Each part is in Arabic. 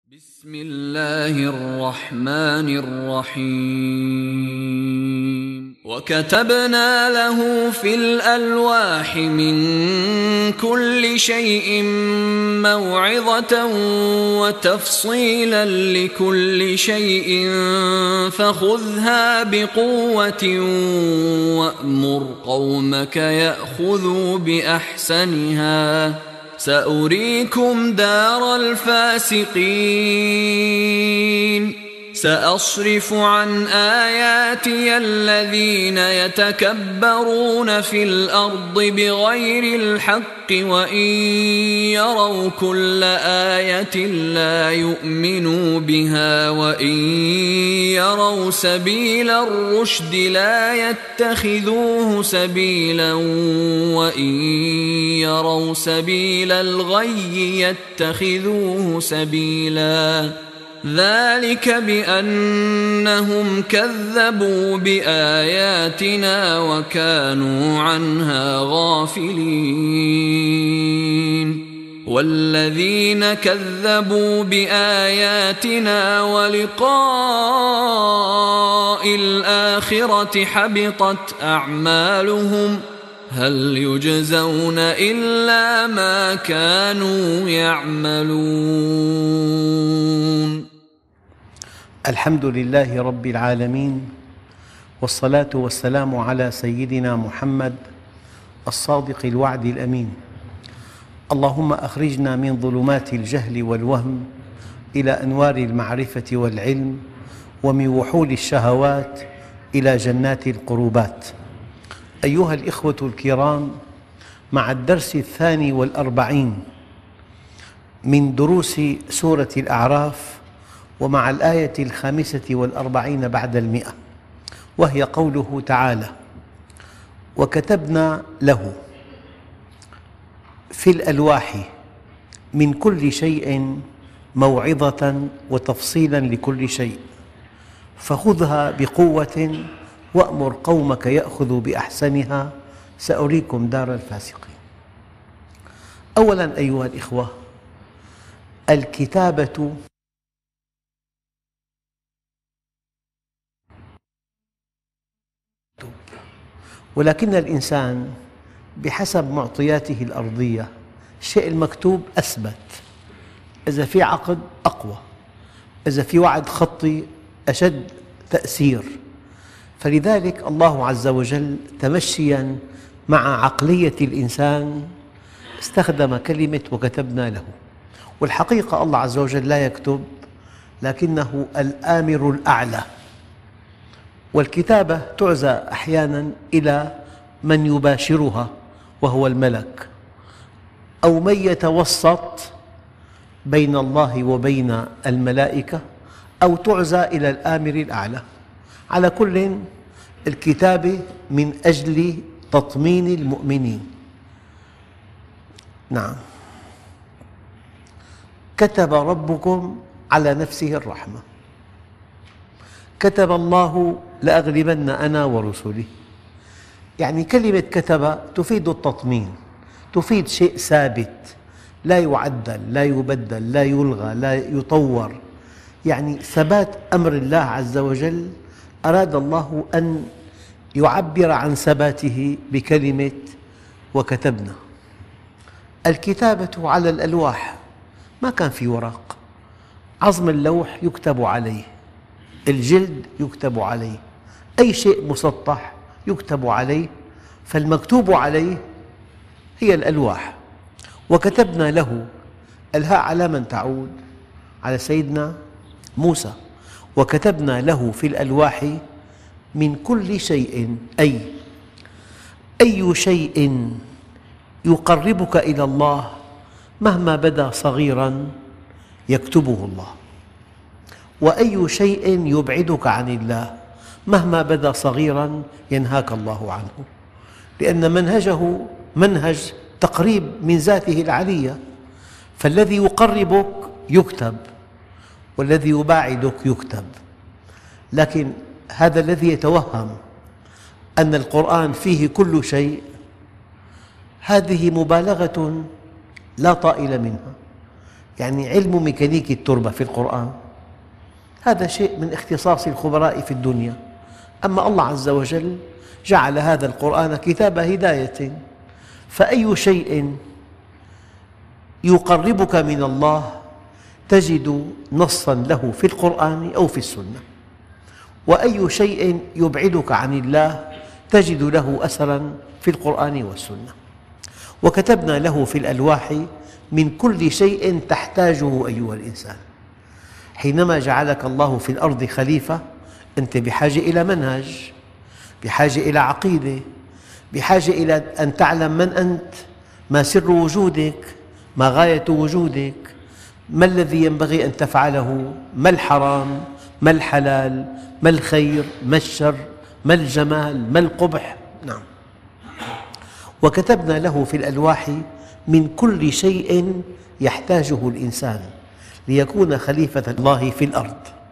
بسم الله الرحمن الرحيم وكتبنا له في الألواح من كل شيء موعظة وتفصيلا لكل شيء فخذها بقوة وأمر قومك يأخذوا بأحسنها سأريكم دار الفاسقين سأصرف عن آياتي الذين يتكبرون في الأرض بغير الحق وإن يروا كل آية لا يؤمنوا بها وإن يروا سبيل الرشد لا يتخذوه سبيلا وإن يروا سبيل الغي يتخذوه سبيلا ذلك بأنهم كذبوا بآياتنا وكانوا عنها غافلين والذين كذبوا بآياتنا ولقاء الآخرة حبطت أعمالهم هل يجزون إلا ما كانوا يعملون. الحمد لله رب العالمين، والصلاة والسلام على سيدنا محمد الصادق الوعد الأمين. اللهم أخرجنا من ظلمات الجهل والوهم إلى أنوار المعرفة والعلم، ومن وحول الشهوات إلى جنات القربات. أيها الإخوة الكرام، مع الدرس 42 من دروس سورة الأعراف، ومع الآية 45 بعد 100، وهي قوله تعالى: وكتبنا له في الألواح من كل شيء موعظة وتفصيلا لكل شيء فخذها بقوة وأمر قومك يأخذوا بأحسنها سأريكم دار الفاسقين. أولاً أيها الإخوة، الكتابة ولكن الإنسان بحسب معطياته الأرضية الشيء المكتوب أثبت، إذا في عقد أقوى، إذا في وعد خطي أشد تأثير. فلذلك الله عز وجل تمشياً مع عقلية الإنسان استخدم كلمة وكتبنا له. والحقيقة الله عز وجل لا يكتب، لكنه الآمر الأعلى، والكتابة تعزى أحياناً إلى من يباشرها وهو الملك، أو من يتوسط بين الله وبين الملائكة، أو تعزى إلى الآمر الأعلى. على كل، الكتابة من أجل تطمين المؤمنين. نعم، كتب ربكم على نفسه الرحمة، كتب الله لأغلبن أنا ورسلي. يعني كلمة كتب تفيد التطمين، تفيد شيء ثابت لا يعدل لا يبدل لا يلغى لا يطور. يعني ثبات أمر الله عز وجل أراد الله أن يعبر عن ثباته بكلمة وكتبنا. الكتابة على الألواح، ما كان في ورق، عظم اللوح يكتب عليه، الجلد يكتب عليه، أي شيء مسطح يكتب عليه، فالمكتوب عليه هي الألواح. وكتبنا له، الهاء على من تعود؟ على سيدنا موسى. وكتبنا له في الألواح من كل شيء، أي شيء يقربك إلى الله مهما بدا صغيراً يكتبه الله، وأي شيء يبعدك عن الله مهما بدا صغيراً ينهاك الله عنه، لأن منهجه منهج تقريب من ذاته العلية. فالذي يقربك يكتب، والذي يباعدك يكتب. لكن هذا الذي يتوهم أن القرآن فيه كل شيء، هذه مبالغة لا طائل منها. يعني علم ميكانيك التربة في القرآن، هذا شيء من اختصاص الخبراء في الدنيا. أما الله عز وجل جعل هذا القرآن كتاب هداية، فأي شيء يقربك من الله تجد نصاً له في القرآن أو في السنة، وأي شيء يبعدك عن الله تجد له أثراً في القرآن والسنة. وكتبنا له في الألواح من كل شيء تحتاجه أيها الإنسان. حينما جعلك الله في الأرض خليفة أنت بحاجة إلى منهج، بحاجة إلى عقيدة، بحاجة إلى أن تعلم من أنت، ما سر وجودك، ما غاية وجودك، ما الذي ينبغي أن تفعله، ما الحرام، ما الحلال، ما الخير، ما الشر، ما الجمال، ما القبح. نعم. وكتبنا له في الألواح من كل شيء يحتاجه الإنسان ليكون خليفة الله في الأرض.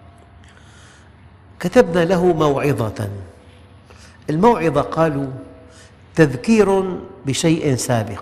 كتبنا له موعظة. الموعظة قالوا تذكير بشيء سابق.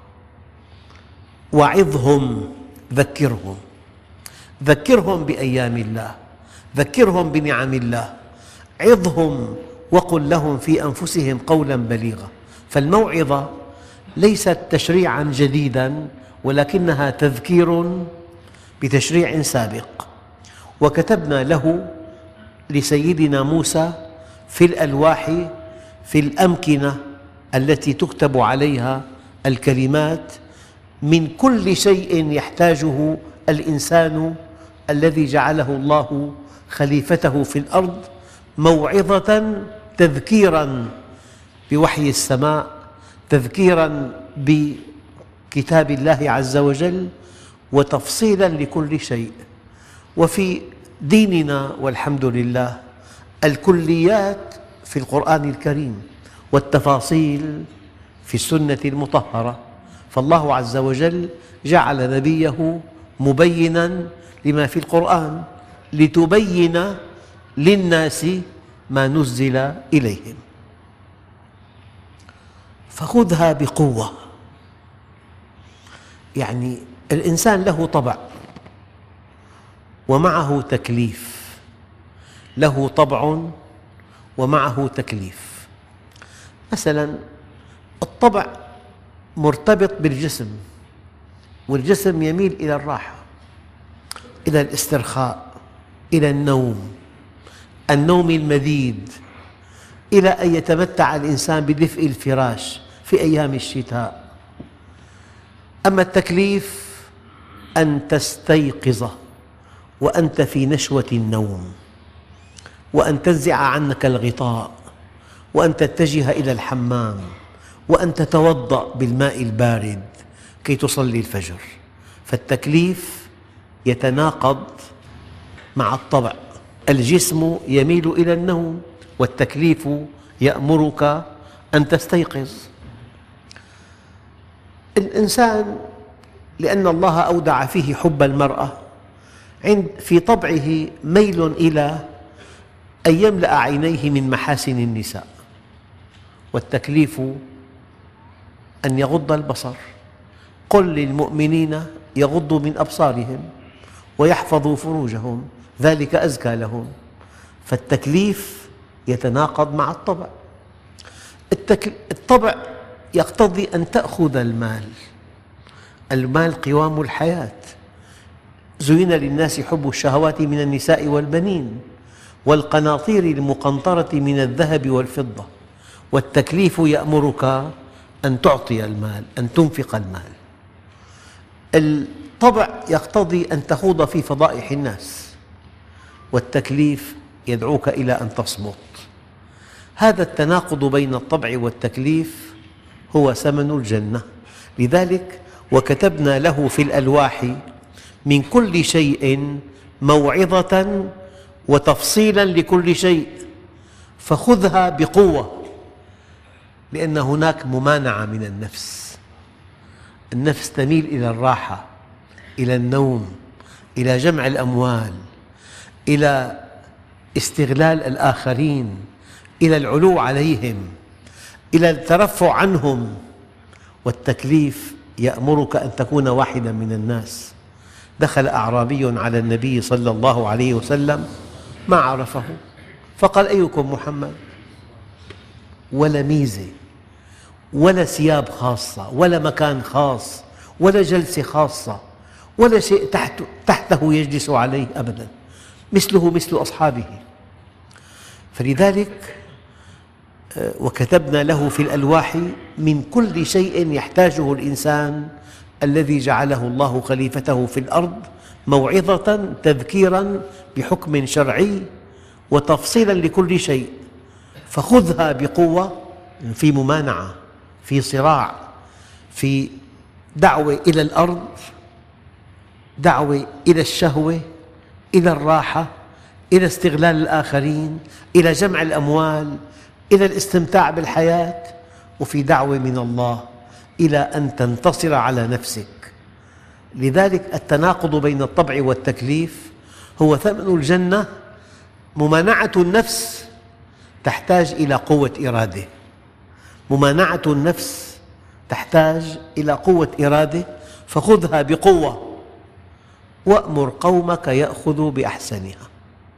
وعظهم، ذكرهم، ذكرهم بأيام الله، ذكرهم بنعم الله، عظهم وقل لهم في أنفسهم قولا بليغا. فالموعظة ليست تشريعا جديدا، ولكنها تذكير بتشريع سابق. وكتبنا له لسيدنا موسى في الألواح في الأمكنة التي تكتب عليها الكلمات من كل شيء يحتاجه الإنسان الذي جعله الله خليفته في الأرض، موعظة تذكيراً بوحي السماء، تذكيراً بكتاب الله عز وجل، وتفصيلاً لكل شيء. وفي ديننا والحمد لله الكليات في القرآن الكريم والتفاصيل في السنة المطهرة، فالله عز وجل جعل نبيه مبيناً لما في القرآن لتبين للناس ما نزل إليهم. فخذها بقوة. يعني الإنسان له طبع ومعه تكليف، له طبع ومعه تكليف. مثلاً الطبع مرتبط بالجسم، والجسم يميل إلى الراحة، إلى الاسترخاء، إلى النوم المديد، إلى أن يتمتع الإنسان بدفء الفراش في أيام الشتاء. أما التكليف أن تستيقظ وأنت في نشوة النوم، وأن تنزع عنك الغطاء، وأن تتجه إلى الحمام، وأن تتوضأ بالماء البارد كي تصلي الفجر. فالتكليف يتناقض مع الطبع. الجسم يميل إلى النوم، والتكليف يأمرك أن تستيقظ. الإنسان لأن الله أودع فيه حب المرأة في طبعه ميل إلى أن يملأ عينيه من محاسن النساء، والتكليف أن يغض البصر. قل للمؤمنين يغضوا من أبصارهم ويحفظوا فروجهم ذلك أزكى لهم. فالتكليف يتناقض مع الطبع. الطبع يقتضي أن تأخذ المال قوام الحياة. زين للناس حب الشهوات من النساء والبنين والقناطير المقنطرة من الذهب والفضة. والتكليف يأمرك أن تعطي المال، أن تنفق المال. الطبع يقتضي أن تخوض في فضائح الناس، والتكليف يدعوك إلى أن تصمت. هذا التناقض بين الطبع والتكليف هو ثمن الجنة. لذلك وكتبنا له في الألواح من كل شيء موعظة وتفصيلاً لكل شيء، فخذها بقوة، لأن هناك ممانعة من النفس. النفس تميل إلى الراحة، إلى النوم، إلى جمع الأموال، إلى استغلال الآخرين، إلى العلو عليهم، إلى الترفع عنهم. والتكليف يأمرك أن تكون واحداً من الناس، دخل أعرابي على النبي صلى الله عليه وسلم ما عرفه، فقال: أيكم محمد؟ ولا ميزة ولا ثياب خاصة ولا مكان خاص ولا جلسة خاصة ولا شيء تحته يجلس عليه أبدا، مثله مثل أصحابه. فلذلك وكتبنا له في الألواح من كل شيء يحتاجه الإنسان الذي جعله الله خليفته في الأرض، موعظة تذكيرا بحكم شرعي وتفصيلا لكل شيء، فخذها بقوة. في ممانعة، في صراع، في دعوة إلى الأرض، دعوة إلى الشهوة، إلى الراحة، إلى استغلال الآخرين، إلى جمع الأموال، إلى الاستمتاع بالحياة، وفي دعوة من الله إلى أن تنتصر على نفسك. لذلك التناقض بين الطبع والتكليف هو ثمن الجنة. ممانعة النفس تحتاج إلى قوة إرادة، ممانعة النفس تحتاج إلى قوة إرادة، فخذها بقوة وأمر قومك يأخذوا بأحسنها.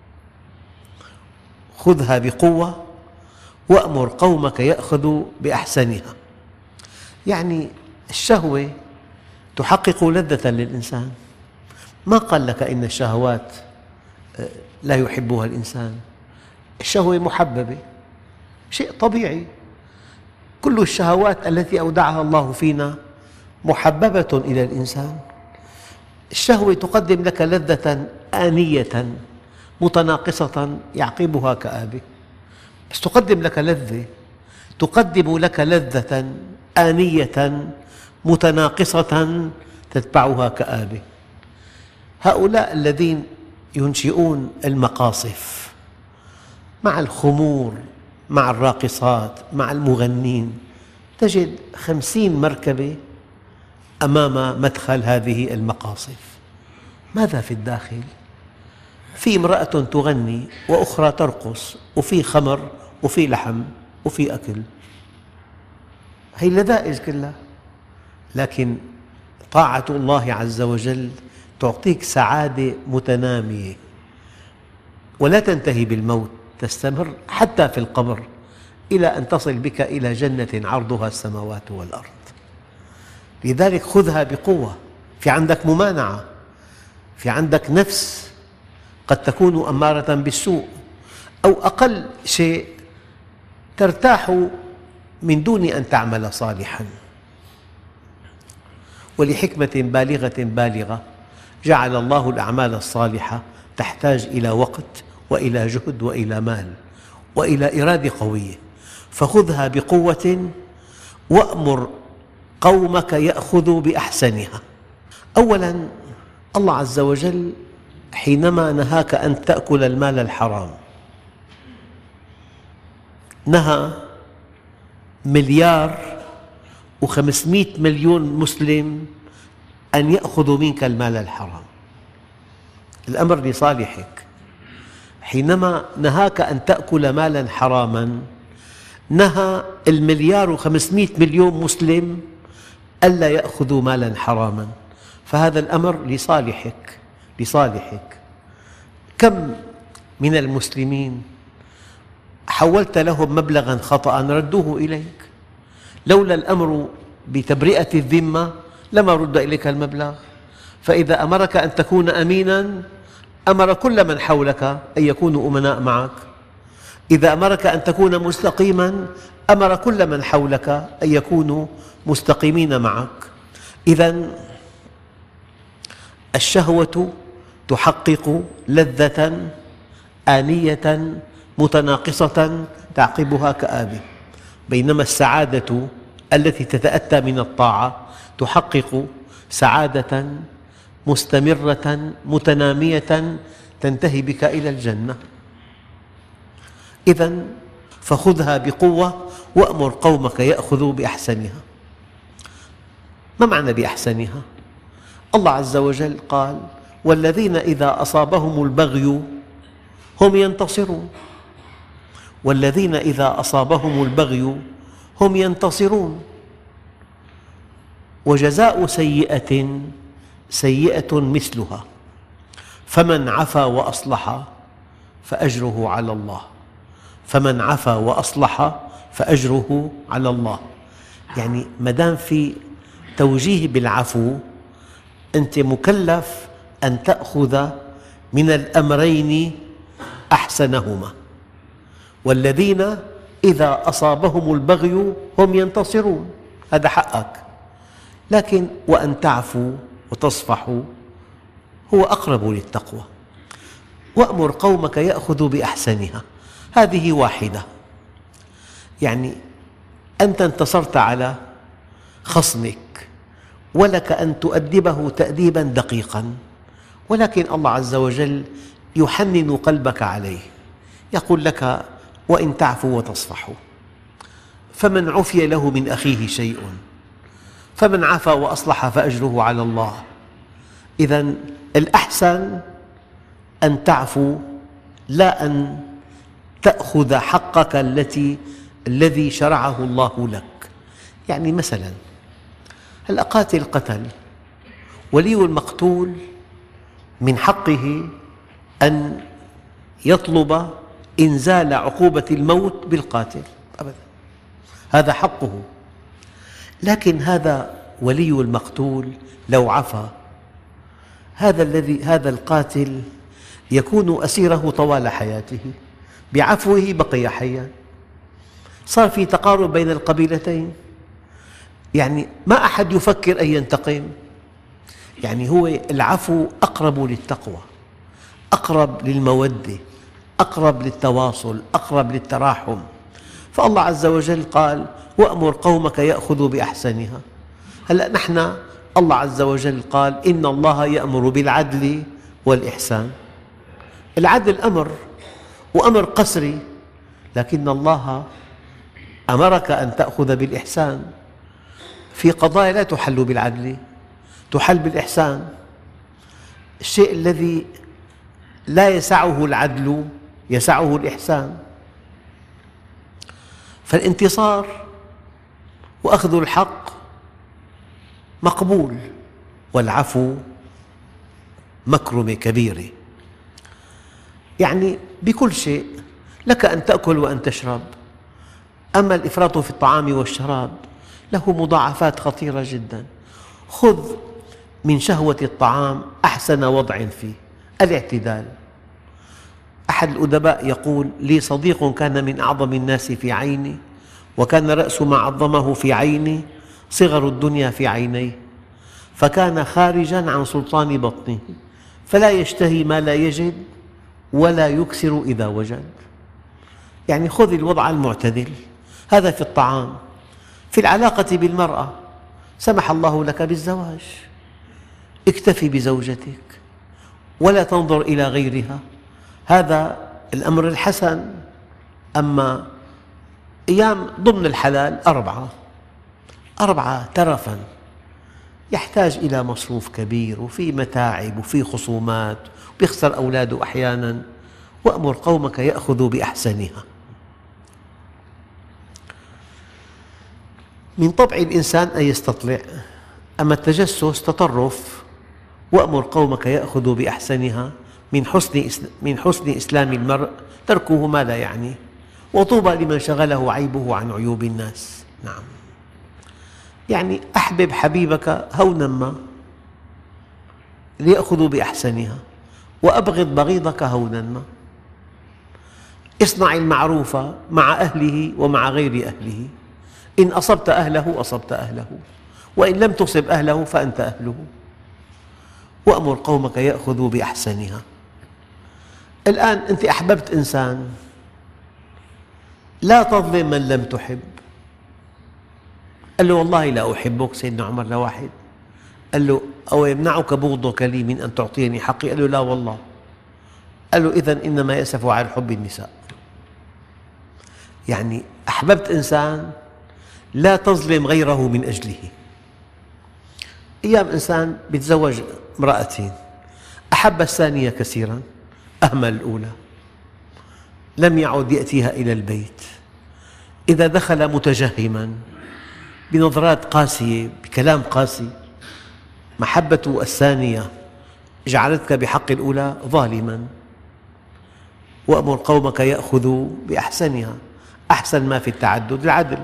خذها بقوة وأمر قومك يأخذوا بأحسنها. يعني الشهوة تحقق لذة للإنسان، ما قال لك إن الشهوات لا يحبها الإنسان. الشهوة محببة، شيء طبيعي. كل الشهوات التي أودعها الله فينا محببة إلى الإنسان. الشهوة تقدم لك لذة آنية متناقصة يعقبها كآبة، بس تقدم لك لذة، تقدم لك لذة آنية متناقصة تتبعها كآبة. هؤلاء الذين ينشئون المقاصف مع الخمور، مع الراقصات، مع المغنين، تجد 50 مركبة أمام مدخل هذه المقاصف. ماذا في الداخل؟ في امرأة تغني وأخرى ترقص، وفي خمر وفي لحم وفي أكل، هي اللذائذ كلها. لكن طاعة الله عز وجل تعطيك سعادة متنامية ولا تنتهي بالموت، تستمر حتى في القبر إلى أن تصل بك إلى جنة عرضها السماوات والأرض. لذلك خذها بقوة. في عندك ممانعة، في عندك نفس قد تكون أمارة بالسوء، أو أقل شيء ترتاح من دون أن تعمل صالحاً. ولحكمة بالغة جعل الله الأعمال الصالحة تحتاج إلى وقت وإلى جهد وإلى مال وإلى إرادة قوية. فخذها بقوة وأمر قومك يأخذوا بأحسنها. أولاً، الله عز وجل حينما نهاك أن تأكل المال الحرام نهى 1,500,000,000 مسلم أن يأخذوا منك المال الحرام. الأمر لصالحك. حينما نهاك أن تأكل مالا حراما نهى 1,500,000,000 مسلم ألا يأخذوا مالا حراما، فهذا الأمر لصالحك. كم من المسلمين حولت لهم مبلغا خطأ ردوه إليك، لولا الأمر بتبرئة الذمة لما رد إليك المبلغ. فإذا أمرك أن تكون أميناً أمر كل من حولك أن يكونوا أمناء معك، إذا أمرك أن تكون مستقيماً أمر كل من حولك أن يكونوا مستقيمين معك. إذن الشهوة تحقق لذة آنية متناقصة تعقبها كآبة، بينما السعادة التي تتأتى من الطاعة تحقق سعادة مستمرة متنامية تنتهي بك إلى الجنة. إذن فخذها بقوة وأمر قومك يأخذوا بأحسنها. ما معنى بأحسنها؟ الله عز وجل قال: والذين إذا أصابهم البغي هم ينتصرون. والذين إذا أصابهم البغي هم ينتصرون. وجزاء سيئة سيئة مثلها، فمن عفا وأصلح فأجره على الله. فمن عفا وأصلح فأجره على الله. يعني ما دام في توجيه بالعفو، أنت مكلف أن تأخذ من الأمرين أحسنهما. والذين إذا أصابهم البغي هم ينتصرون، هذا حقك. لكن وأن تعفوا وتصفحوا هو أقرب للتقوى. وأمر قومك يأخذوا بأحسنها، هذه واحدة. يعني أنت انتصرت على خصمك ولك أن تؤدبه تأديبا دقيقا، ولكن الله عز وجل يحنن قلبك عليه، يقول لك وإن تعفوا وتصفحوا. فمن عفي له من أخيه شيء فمن عفا وأصلح فأجره على الله. إذن الأحسن أن تعفو، لا أن تأخذ حقك الذي شرعه الله لك. يعني مثلا القاتل قتل، ولي المقتول من حقه أن يطلب إنزال عقوبة الموت بالقاتل أبدا، هذا حقه. لكن هذا ولي المقتول لو عفا، هذا القاتل يكون أسيره طوال حياته، بعفوه بقي حيا، صار في تقارب بين القبيلتين. يعني ما أحد يفكر أن ينتقم. يعني هو العفو أقرب للتقوى، أقرب للمودة، أقرب للتواصل، أقرب للتراحم. فالله عز وجل قال وأمر قومك يأخذوا بأحسنها. هلأ نحن الله عز وجل قال إن الله يأمر بالعدل والإحسان. العدل أمر، وأمر قسري، لكن الله أمرك أن تأخذ بالإحسان. في قضايا لا تحل بالعدل، تحل بالإحسان. الشيء الذي لا يسعه العدل يسعه الإحسان. فالانتصار وأخذ الحق مقبول، والعفو مكرمة كبيرة. يعني بكل شيء لك أن تأكل وأن تشرب، أما الإفراط في الطعام والشراب له مضاعفات خطيرة جدا. خذ من شهوة الطعام أحسن وضع فيه الاعتدال. أحد الأدباء يقول لي صديق كان من أعظم الناس في عيني، وكان رأس ما عظمه في عيني صغر الدنيا في عينيه، فكان خارجا عن سلطان بطنه، فلا يشتهي ما لا يجد ولا يكثر إذا وجد. يعني خذ الوضع المعتدل، هذا في الطعام. في العلاقة بالمرأة سمح الله لك بالزواج، اكتفي بزوجتك ولا تنظر إلى غيرها، هذا الأمر الحسن. أما أيام ضمن الحلال أربعة ترفاً، يحتاج إلى مصروف كبير، وفي متاعب، وفي خصومات، ويخسر أولاده أحياناً. وأمر قومك يأخذوا بأحسنها. من طبع الإنسان أن يستطلع، أما التجسس تطرف. وأمر قومك يأخذوا بأحسنها من حسن إسلام المرء تركه ما لا يعنيه، وطوبى لمن شغله عيبه عن عيوب الناس. نعم، يعني أحبب حبيبك هونا ما ليأخذوا بأحسنها، وأبغض بغيضك هونا ما. اصنع المعروف مع أهله ومع غير أهله، إن أصبت أهله أصبت أهله، وإن لم تصب أهله فأنت أهله. وأمر قومك يأخذوا بأحسنها. الآن أنت أحببت إنسان، لا تظلم من لم تحب. قال له والله لا أحبك سيدنا عمر لواحد، قال له أو يمنعك بغضك لي من أن تعطيني حقي؟ قال له لا والله. قال له إذن إنما يأسف على حب النساء. يعني أحببت إنسان لا تظلم غيره من أجله. أيام إنسان يتزوج امرأتين، أحب الثانية كثيراً، أهمل الأولى، لم يعد يأتيها إلى البيت، إذا دخل متجهماً بنظرات قاسية بكلام قاسي، محبة الثانية جعلتك بحق الأولى ظالما. وأمر قومك يأخذوا بأحسنها. أحسن ما في التعدد العدل.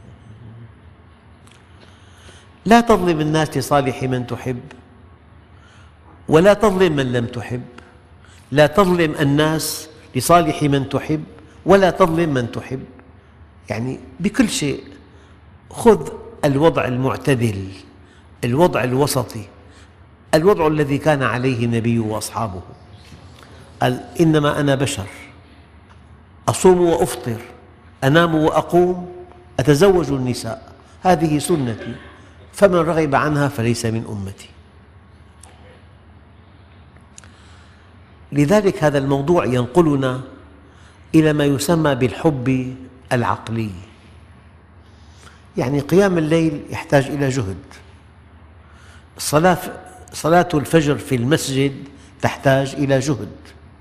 لا تظلم الناس لصالح من تحب، ولا تظلم من لم تحب. لا تظلم الناس لصالح من تحب، ولا تظلم من تحب. يعني بكل شيء خذ الوضع المعتدل، الوضع الوسطي، الوضع الذي كان عليه النبي وأصحابه. قال: إنما أنا بشر، أصوم وأفطر، أنام وأقوم، أتزوج النساء، هذه سنتي، فمن رغب عنها فليس من أمتي. لذلك هذا الموضوع ينقلنا إلى ما يسمى بالحب العقلي. يعني قيام الليل يحتاج إلى جهد، صلاة الفجر في المسجد تحتاج إلى جهد،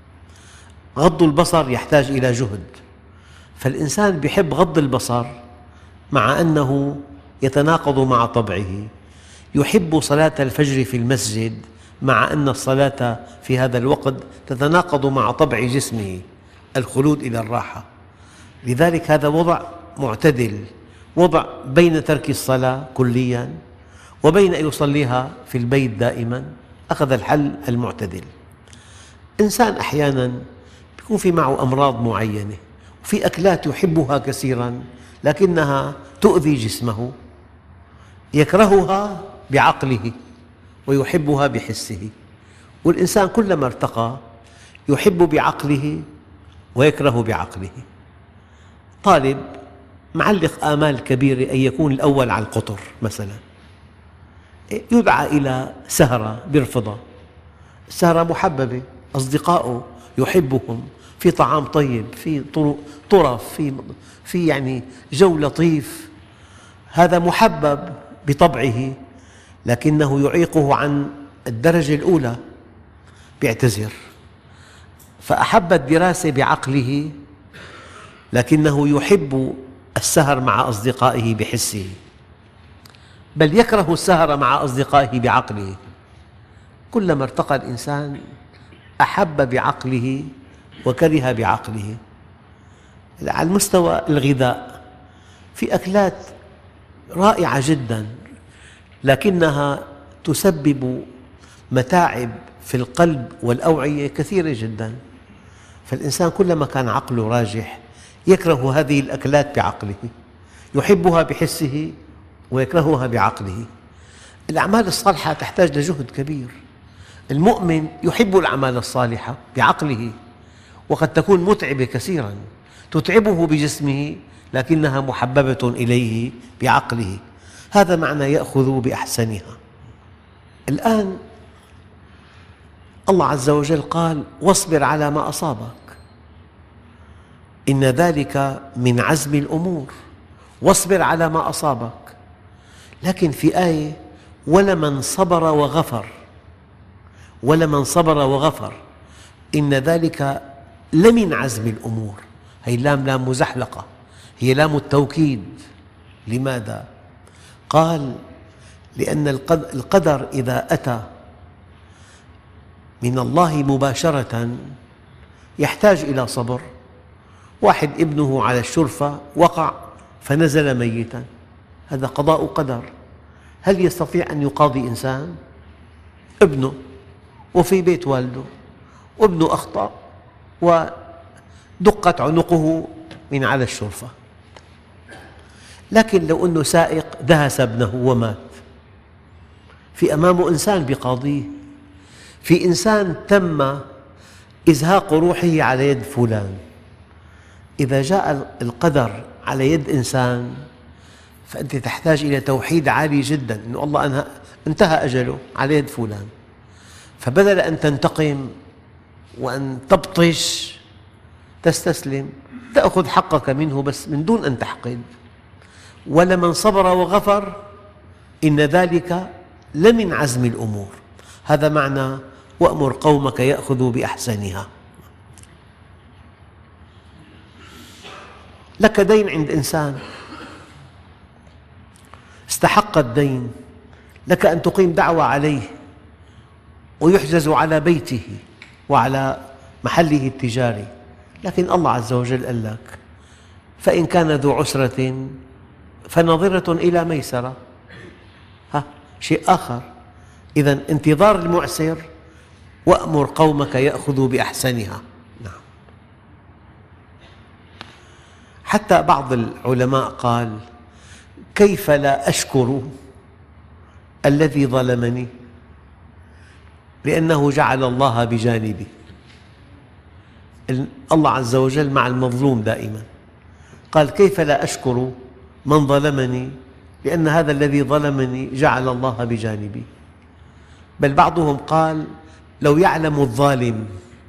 غض البصر يحتاج إلى جهد. فالإنسان يحب غض البصر مع أنه يتناقض مع طبعه، يحب صلاة الفجر في المسجد مع أن الصلاة في هذا الوقت تتناقض مع طبع جسمه، الخلود إلى الراحة. لذلك هذا وضع معتدل، وضع بين ترك الصلاة كلياً وبين أن يصليها في البيت دائماً. أخذ الحل المعتدل. إنسان أحياناً يكون في معه أمراض معينة، وفي أكلات يحبها كثيراً لكنها تؤذي جسمه، يكرهها بعقله ويحبها بحسه. والإنسان كلما ارتقى يحب بعقله ويكره بعقله. طالب معلق آمال كبيرة أن يكون الأول على القطر مثلا، يدعى إلى سهرة بيرفضها. السهرة محببة، أصدقائه يحبهم، في طعام طيب، في طرف، في يعني جو لطيف، هذا محبب بطبعه، لكنه يعيقه عن الدرجة الأولى، يعتذر. فأحب الدراسة بعقله لكنه يحب السهر مع أصدقائه بحسه، بل يكره السهر مع أصدقائه بعقله. كلما ارتقى الإنسان أحب بعقله وكره بعقله. على المستوى الغذاء في أكلات رائعة جداً لكنها تسبب متاعب في القلب والأوعية كثيرة جداً. فالإنسان كلما كان عقله راجح يكره هذه الأكلات بعقله، يحبها بحسه ويكرهها بعقله. الأعمال الصالحة تحتاج لجهد كبير. المؤمن يحب الأعمال الصالحة بعقله، وقد تكون متعبة كثيراً، تتعبه بجسمه لكنها محببة إليه بعقله. هذا معنى يأخذ بأحسنها. الآن الله عز وجل قال: واصبر على ما أصابك، إن ذلك من عزم الأمور. واصبر على ما أصابك. لكن في آية: ولمن صبر وغفر. ولمن صبر وغفر إن ذلك لمن عزم الأمور. هي اللام لام مزحلقة، هي لام التوكيد. لماذا؟ قال: لأن القدر إذا أتى من الله مباشرة يحتاج إلى صبر. واحد ابنه على الشرفة وقع فنزل ميتاً، هذا قضاء قدر. هل يستطيع أن يقاضي إنسان؟ ابنه وفي بيت والده، وابنه أخطأ ودقت عنقه من على الشرفة. لكن لو أنه سائق دهس ابنه ومات، في أمامه إنسان بقاضيه. في إنسان تم إزهاق روحه على يد فلان. إذا جاء القدر على يد إنسان فأنت تحتاج إلى توحيد عالي جدا، أن الله انتهى أجله على يد فلان. فبدل أن تنتقم وأن تبطش تستسلم، تأخذ حقك منه بس من دون أن تحقد. ولمن صبر وغفر إن ذلك لمن عزم الأمور. هذا معنى وأمر قومك يأخذوا بأحسنها. لك دين عند إنسان، استحق الدين لك أن تقيم دعوة عليه ويحجز على بيته وعلى محله التجاري، لكن الله عز وجل قال لك: فإن كان ذو عسرة فنظرة إلى ميسرة. شيء آخر. إذن انتظار المعسر: وأمر قومك يأخذوا بأحسنها. نعم. حتى بعض العلماء قال: كيف لا أشكر الذي ظلمني، لأنه جعل الله بجانبي. الله عز وجل مع المظلوم دائما. قال: كيف لا أشكر من ظلمني، لأن هذا الذي ظلمني جعل الله بجانبي. بل بعضهم قال: لو يعلم الظالم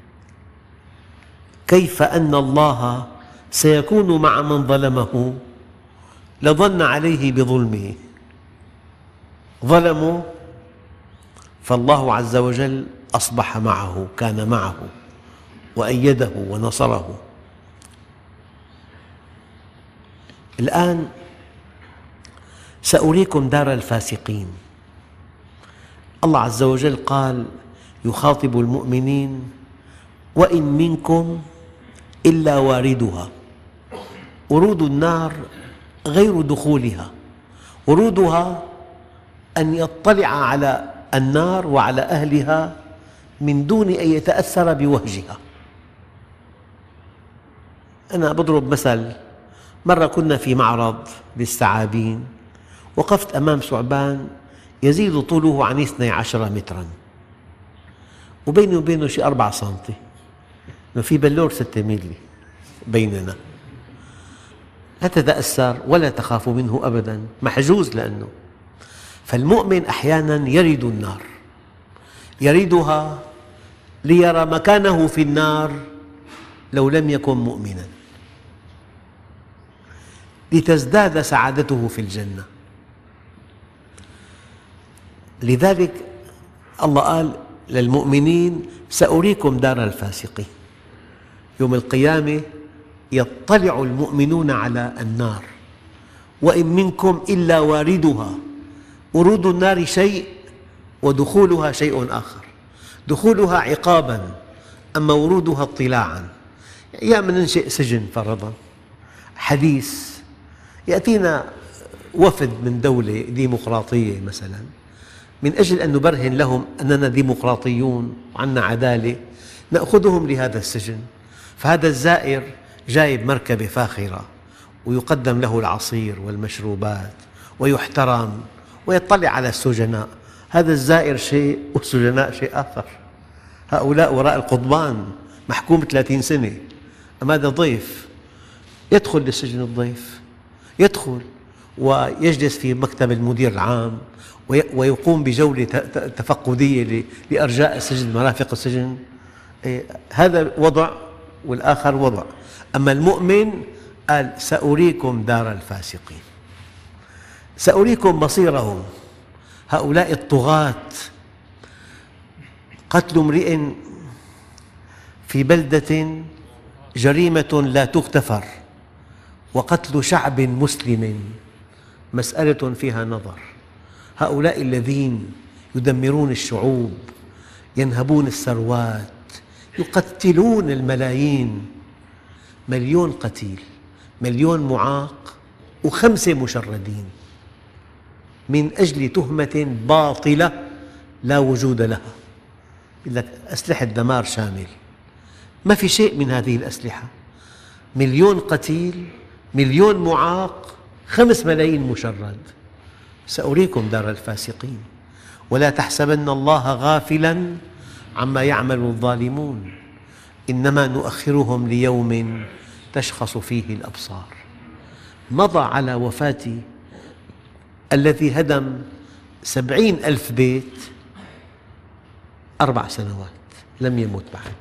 كيف أن الله سيكون مع من ظلمه لظن عليه بظلمه. ظلموا، فالله عز وجل أصبح معه، كان معه وأيده ونصره. الآن سأريكم دار الفاسقين. الله عز وجل قال يخاطب المؤمنين: وإن منكم إلا واردها. ورود النار غير دخولها. ورودها أن يطلع على النار وعلى أهلها من دون أن يتأثر بوهجها. أنا أضرب مثل. مرة كنا في معرض للثعابين، وقفت أمام ثعبان يزيد طوله عن 12 متراً، وبيني وبينه شيء 4 سنتي، في بلور 6 ميلي بيننا. لا تتأثر ولا تخاف منه أبداً، محجوز لأنه. فالمؤمن أحياناً يرد النار، يردها ليرى مكانه في النار لو لم يكن مؤمناً، لتزداد سعادته في الجنة. لذلك الله قال للمؤمنين: سأريكم دار الفاسقين. يوم القيامة يطلع المؤمنون على النار: وإن منكم إلا واردها. ورود النار شيء ودخولها شيء آخر. دخولها عقاباً، أما ورودها اطلاعاً. يا من ننشئ سجن فرضاً حديث، يأتينا وفد من دولة ديمقراطية مثلاً، من أجل أن نبرهن لهم أننا ديمقراطيون وعندنا عدالة، نأخذهم لهذا السجن. فهذا الزائر جايب مركبة فاخرة، ويقدم له العصير والمشروبات ويحترم، ويطلع على السجناء. هذا الزائر شيء والسجناء شيء آخر. هؤلاء وراء القضبان محكوم 30 سنة، أما هذا ضيف. يدخل للسجن الضيف، يدخل ويجلس في مكتب المدير العام، ويقوم بجولة تفقدية لأرجاء السجن، مرافق السجن. هذا وضع والآخر وضع. أما المؤمن قال: سأريكم دار الفاسقين، سأريكم مصيرهم. هؤلاء الطغاة، قتل امرئ في بلدة جريمة لا تغتفر، وقتل شعب مسلم مسألة فيها نظر. هؤلاء الذين يدمرون الشعوب، ينهبون الثروات، يقتلون الملايين. 1,000,000 قتيل، 1,000,000 معاق، و5 مشردين من أجل تهمة باطلة لا وجود لها. يقول لك أسلحة دمار شامل. ما في شيء من هذه الأسلحة. 1,000,000 قتيل، 1,000,000 معاق، 5 ملايين مشرد. سأريكم دار الفاسقين. ولا تحسبن الله غافلاً عما يعمل الظالمون، إنما نؤخرهم ليوم تشخص فيه الأبصار. مضى على وفاة الذي هدم 70,000 بيت 4 سنوات، لم يمت بعد.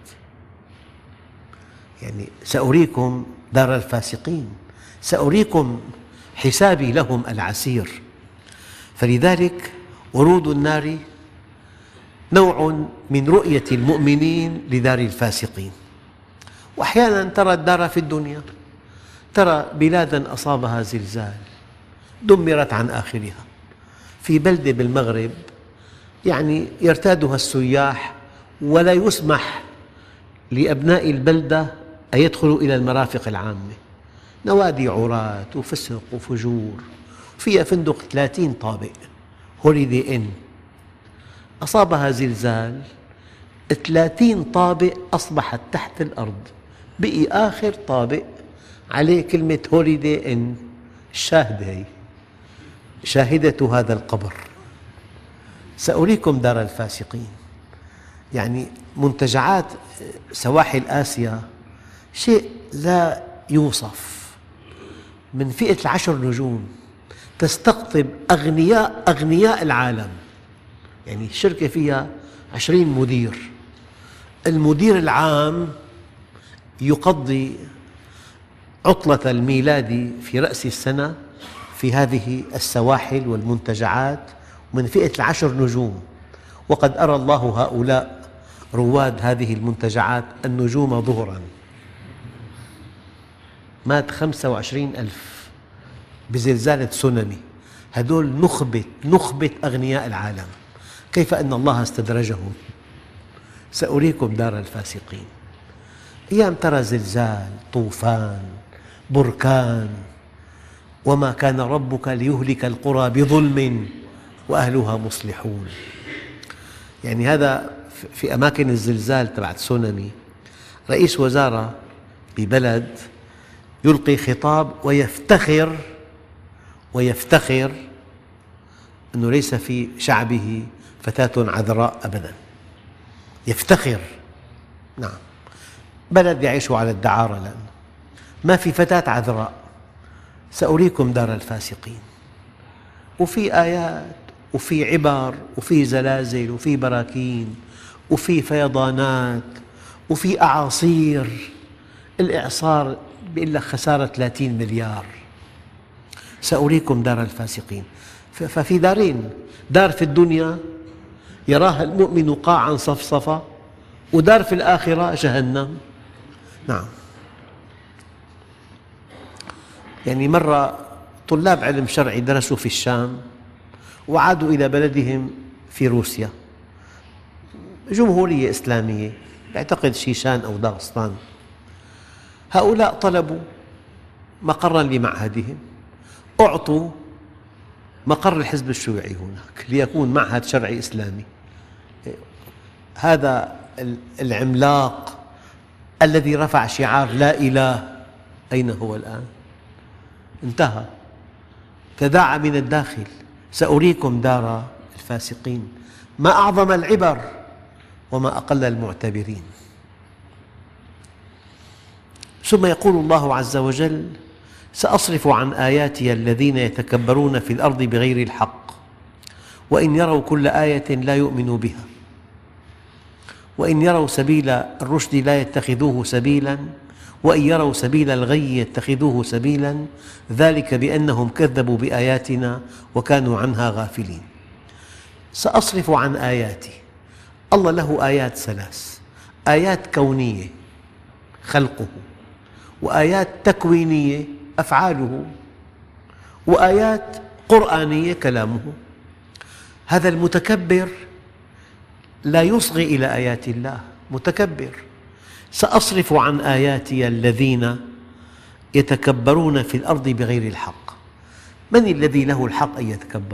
يعني سأريكم دار الفاسقين، سأريكم حسابي لهم العسير. فلذلك ورود النار نوع من رؤية المؤمنين لدار الفاسقين. وأحياناً ترى الدار في الدنيا، ترى بلاداً أصابها زلزال دمرت عن آخرها، في بلدة بالمغرب يعني يرتادها السياح ولا يسمح لأبناء البلدة أن يدخلوا إلى المرافق العامة، نوادي عراة وفسق وفجور، فيها فندق 30 طابق هوليدي إن، أصابها زلزال 30 طابق أصبحت تحت الأرض، بقي آخر طابق عليه كلمة هوليدي إن. الشاهدة هي شاهدة هذا القبر. سأريكم دار الفاسقين. يعني منتجعات سواحل آسيا شيء لا يوصف، من فئة 10 نجوم، تستقطب أغنياء العالم. يعني الشركة فيها 20 مدير، المدير العام يقضي عطلة الميلاد في رأس السنة في هذه السواحل والمنتجعات من فئة 10 نجوم. وقد أرى الله هؤلاء رواد هذه المنتجعات النجوم ظهراً. مات 25,000 بزلزال تسونامي. هذول نخبة أغنياء العالم، كيف أن الله استدرجهم. سأريكم دار الفاسقين. أيام ترى زلزال، طوفان، بركان، وما كان ربك ليهلك القرى بظلم وأهلها مصلحون. يعني هذا في أماكن الزلزال تبع تسونامي، رئيس وزارة ببلد يلقي خطاب ويفتخر أنه ليس في شعبه فتاة عذراء أبداً، يفتخر. نعم، بلد يعيش على الدعارة الآن، ما في فتاة عذراء. سأريكم دار الفاسقين. وفي آيات وفي عبر وفي زلازل وفي براكين وفي فيضانات وفي أعاصير. الإعصار بيقول لك خسارة 30 مليار. سأريكم دار الفاسقين. ففي دارين، دار في الدنيا يراها المؤمن قاعا صفصفا، ودار في الآخرة جهنم. نعم. يعني مرة طلاب علم شرعي درسوا في الشام وعادوا إلى بلدهم في روسيا، جمهورية إسلامية، يعتقد شيشان أو داغستان. هؤلاء طلبوا مقراً لمعهدهم، أعطوا مقر الحزب الشيوعي هناك ليكون معهد شرعي إسلامي. هذا العملاق الذي رفع شعار لا إله أين هو الآن؟ انتهى، تداعى من الداخل. سأريكم دار الفاسقين. ما أعظم العبر وما أقل المعتبرين. ثم يقول الله عز وجل: سأصرف عن آياتي الذين يتكبرون في الأرض بغير الحق وإن يروا كل آية لا يؤمنوا بها وإن يروا سبيل الرشد لا يتخذوه سبيلا وإن يروا سبيل الغي يتخذوه سبيلا ذلك بأنهم كذبوا بآياتنا وكانوا عنها غافلين. سأصرف عن آياتي. الله له آيات 3: آيات كونية خلقه، وآيات تكوينية أفعاله، وآيات قرآنية كلامه. هذا المتكبر لا يصغي إلى آيات الله، متكبر. سأصرف عن آياتي الذين يتكبرون في الأرض بغير الحق. من الذي له الحق أن يتكبر؟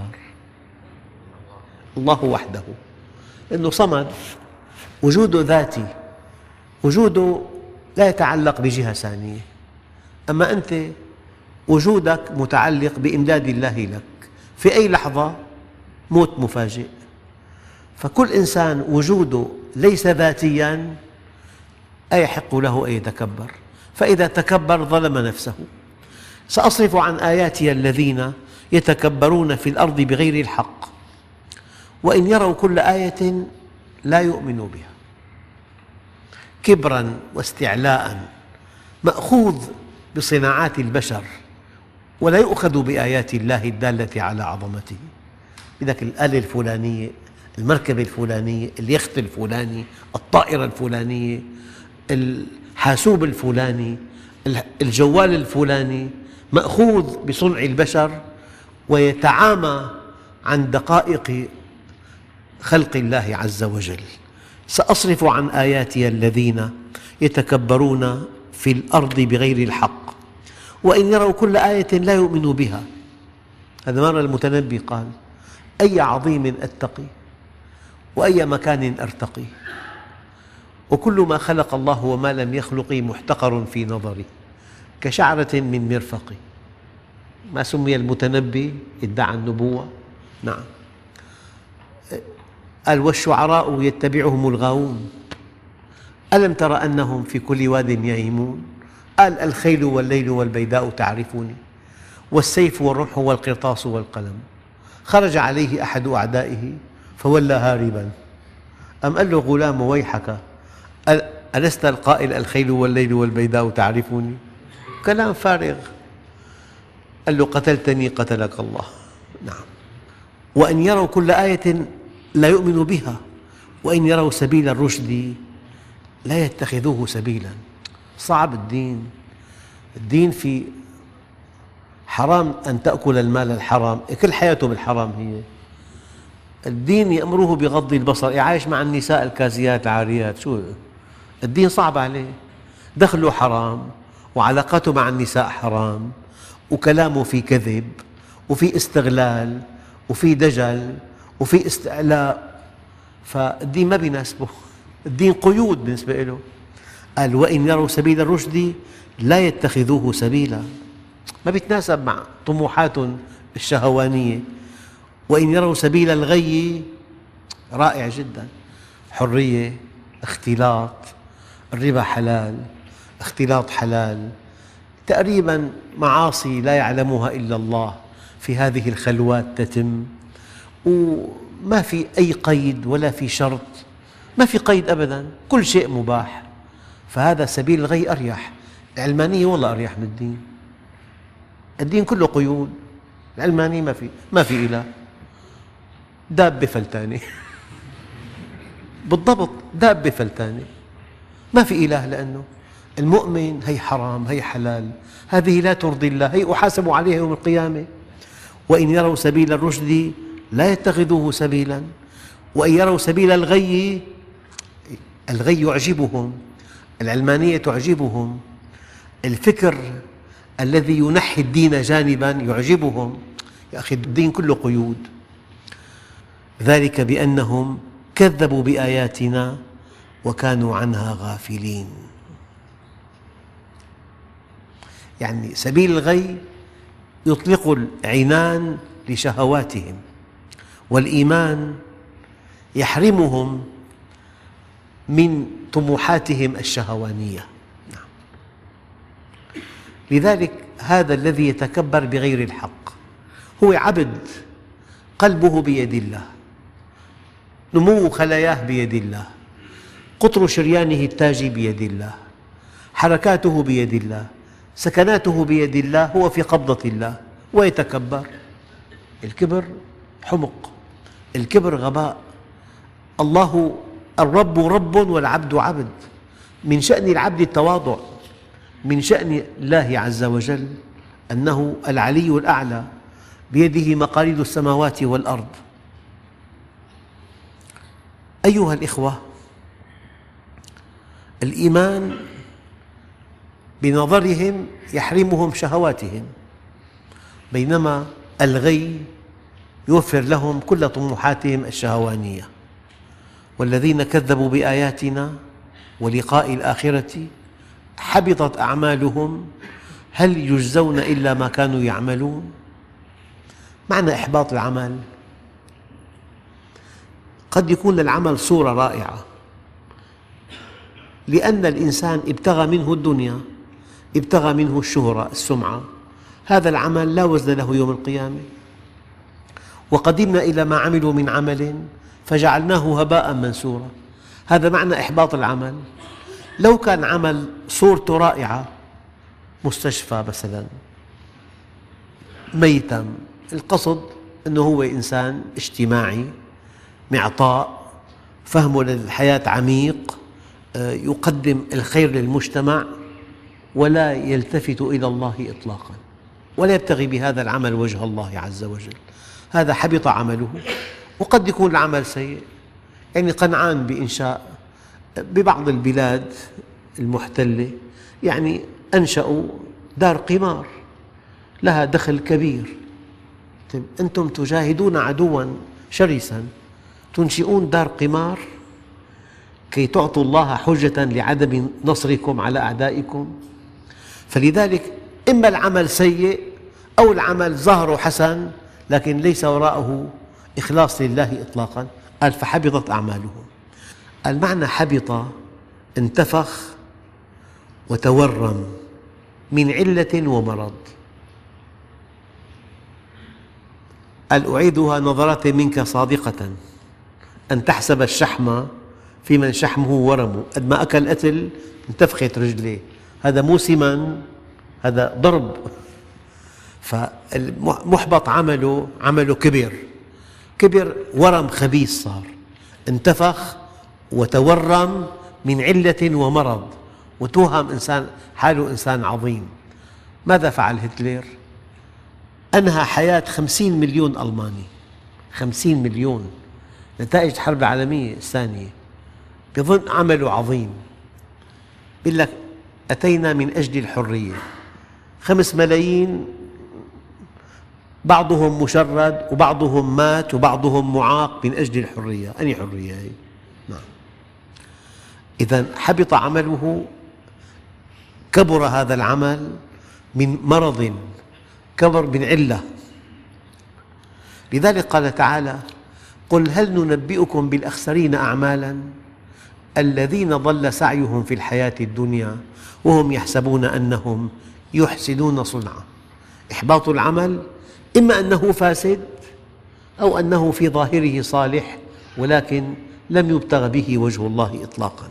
الله وحده، لأنه صمد، وجوده ذاتي، وجوده لا يتعلق بجهة ثانية. أما أنت وجودك متعلق بإمداد الله لك في أي لحظة، موت مفاجئ. فكل إنسان وجوده ليس ذاتياً أيحق له أن يتكبر، فإذا تكبر ظلم نفسه. سأصرف عن آياتي الذين يتكبرون في الأرض بغير الحق وإن يروا كل آية لا يؤمنوا بها. كبراً واستعلاء مأخوذ بصناعات البشر ولا يؤخذ بآيات الله الدالة على عظمته. بدك الآلة الفلانية، المركبة الفلانية، اليخت الفلاني، الطائرة الفلانية، الحاسوب الفلاني، الجوال الفلاني، مأخوذ بصنع البشر ويتعامى عن دقائق خلق الله عز وجل. سأصرف عن آياتي الذين يتكبرون في الأرض بغير الحق وإن يروا كل آية لا يؤمنوا بها. هذا مرة المتنبي قال: أي عظيم أتقي وأي مكان أرتقي، وكل ما خلق الله وما لم يخلق محتقر في نظري كشعرة من مرفق. ما سمي المتنبي ادعى النبوة؟ نعم. قال: والشعراء يتبعهم الغاوون ألم تر أنهم في كل واد يهيمون. قال: الخيل والليل والبيداء تعرفني والسيف والرمح والقرطاس والقلم. خرج عليه أحد أعدائه فولى هاربا، أم قال له: غلام ويحك ألست القائل الخيل والليل والبيداء تعرفني؟ كلام فارغ. قال له: قتلتني قتلك الله. نعم. وإن يروا كل آية لا يؤمنوا بها وإن يروا سبيل الرشد لا يتخذوه سبيلا. صعب الدين في حرام أن تأكل المال الحرام، كل حياته بالحرام. هي الدين يأمره بغض البصر، عايش مع النساء الكاسيات العاريات. شو الدين صعب عليه؟ دخله حرام وعلاقاته مع النساء حرام وكلامه في كذب وفي استغلال وفي دجل وفي استعلاء، فالدين ما بيناسبه. الدين قيود بالنسبة له. قال: وإن يروا سبيل الرشد لا يتخذوه سبيلا، ما بيتناسب مع طموحاتهم الشهوانية. وإن يروا سبيل الغي رائع جدا، حرية، اختلاط، الربا حلال، اختلاط حلال، تقريبا معاصي لا يعلمها إلا الله في هذه الخلوات تتم، وما في أي قيد ولا في شرط، ما في قيد أبدا، كل شيء مباح. فهذا سبيل الغي أريح. العلمانية والله أريح من الدين. الدين كله قيود، العلمانية ما في إله، دابة فلتانة. بالضبط، دابة فلتانة، ما في إله. لأنه المؤمن هي حرام هي حلال، هذه لا ترضي الله، هي أحاسب عليها يوم القيامة. وإن يروا سبيل الرشد لا يتخذوه سبيلا وإن يروا سبيل الغي يعجبهم، العلمانية تعجبهم، الفكر الذي ينحي الدين جانبا يعجبهم. يا أخي الدين كله قيود. ذلك بأنهم كذبوا بآياتنا وكانوا عنها غافلين. يعني سبيل الغي يطلق العنان لشهواتهم، والإيمان يحرمهم من طموحاتهم الشهوانية. لذلك هذا الذي يتكبر بغير الحق هو عبد، قلبه بيد الله، نمو خلاياه بيد الله، قطر شريانه التاجي بيد الله، حركاته بيد الله، سكناته بيد الله، هو في قبضة الله ويتكبر. الكبر حمق، الكبر غباء. الله الرب رب والعبد عبد. من شأن العبد التواضع، من شأن الله عز وجل أنه العلي الأعلى بيده مقاليد السماوات والأرض. أيها الإخوة، الإيمان بنظرهم يحرمهم شهواتهم، بينما الغي يوفر لهم كل طموحاتهم الشهوانية. والذين كذبوا بآياتنا ولقاء الآخرة حبطت أعمالهم هل يجزون إلا ما كانوا يعملون. معنى إحباط العمل، قد يكون للعمل صورة رائعة لأن الإنسان ابتغى منه الدنيا، ابتغى منه الشهرة السمعة، هذا العمل لا وزن له يوم القيامة. وقدمنا إلى ما عملوا من عمل فجعلناه هباء منثورا. هذا معنى إحباط العمل. لو كان عمل صورته رائعة، مستشفى مثلا، ميتم، القصد أنه هو إنسان اجتماعي معطاء، فهمه للحياة عميق، يقدم الخير للمجتمع ولا يلتفت إلى الله إطلاقا ولا يبتغي بهذا العمل وجه الله عز وجل، هذا حبط عمله. وقد يكون العمل سيء، يعني قنعان بإنشاء ببعض البلاد المحتلة، يعني أنشأوا دار قمار لها دخل كبير. أنتم تجاهدون عدواً شرساً، تنشئون دار قمار كي تعطوا الله حجة لعدم نصركم على أعدائكم. فلذلك إما العمل سيء أو العمل ظاهره حسن لكن ليس وراءه إخلاص لله إطلاقاً. قال فحبطت أعمالهم. المعنى حبط انتفخ وتورم من علة ومرض. قال أعيدها نظرات منك صادقة أن تحسب الشحم في من شحمه ورم. قد ما أكل قتل انتفخت رجليه، هذا مو سمن، هذا ضرب. فالمحبط عمله كبر، ورم خبيث صار، انتفخ وتورم من علة ومرض، وتوهم إنسان حاله إنسان عظيم. ماذا فعل هتلر؟ أنهى حياة 50 مليون ألماني. 50 مليون، نتائج الحرب العالمية الثانية. بظن عمله عظيم، يقول لك أتينا من أجل الحرية. 5 ملايين، بعضهم مشرد وبعضهم مات وبعضهم معاق من أجل الحرية. أي حرية هي؟ نعم. إذن حبط عمله، كبر هذا العمل من مرض، كبر من علة. لذلك قال تعالى: قل هل ننبئكم بالأخسرين أعمالا الذين ضل سعيهم في الحياة الدنيا وهم يحسبون أنهم يحسنون صنعا. إحباط العمل إما أنه فاسد أو أنه في ظاهره صالح ولكن لم يبتغ به وجه الله إطلاقا.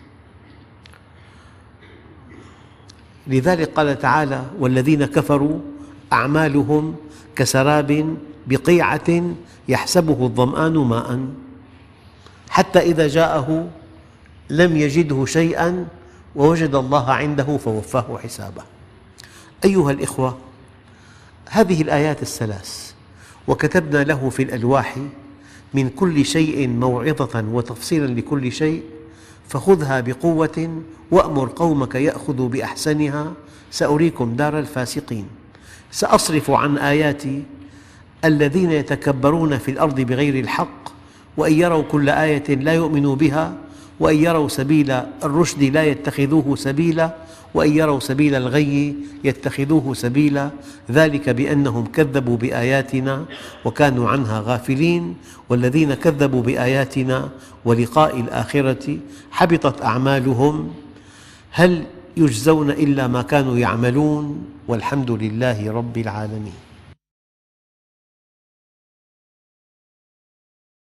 لذلك قال تعالى: والذين كفروا أعمالهم كسراب بقيعة يحسبه الظمآن ماء حتى إذا جاءه لم يجده شيئا ووجد الله عنده فوفاه حسابه. أيها الإخوة، هذه الآيات الثلاث وكتبنا له في الألواح من كل شيء موعظة وتفصيلا لكل شيء فخذها بقوة وأمر قومك يأخذوا بأحسنها سأريكم دار الفاسقين. سأصرف عن آياتي الذين يتكبرون في الأرض بغير الحق وإن يروا كل آية لا يؤمنوا بها وإن يروا سبيل الرشد لا يتخذوه سبيلا وإن يروا سبيل الغي يتخذوه سبيلا ذلك بأنهم كذبوا بآياتنا وكانوا عنها غافلين والذين كذبوا بآياتنا ولقاء الآخرة حبطت أعمالهم هل يجزون إلا ما كانوا يعملون والحمد لله رب العالمين.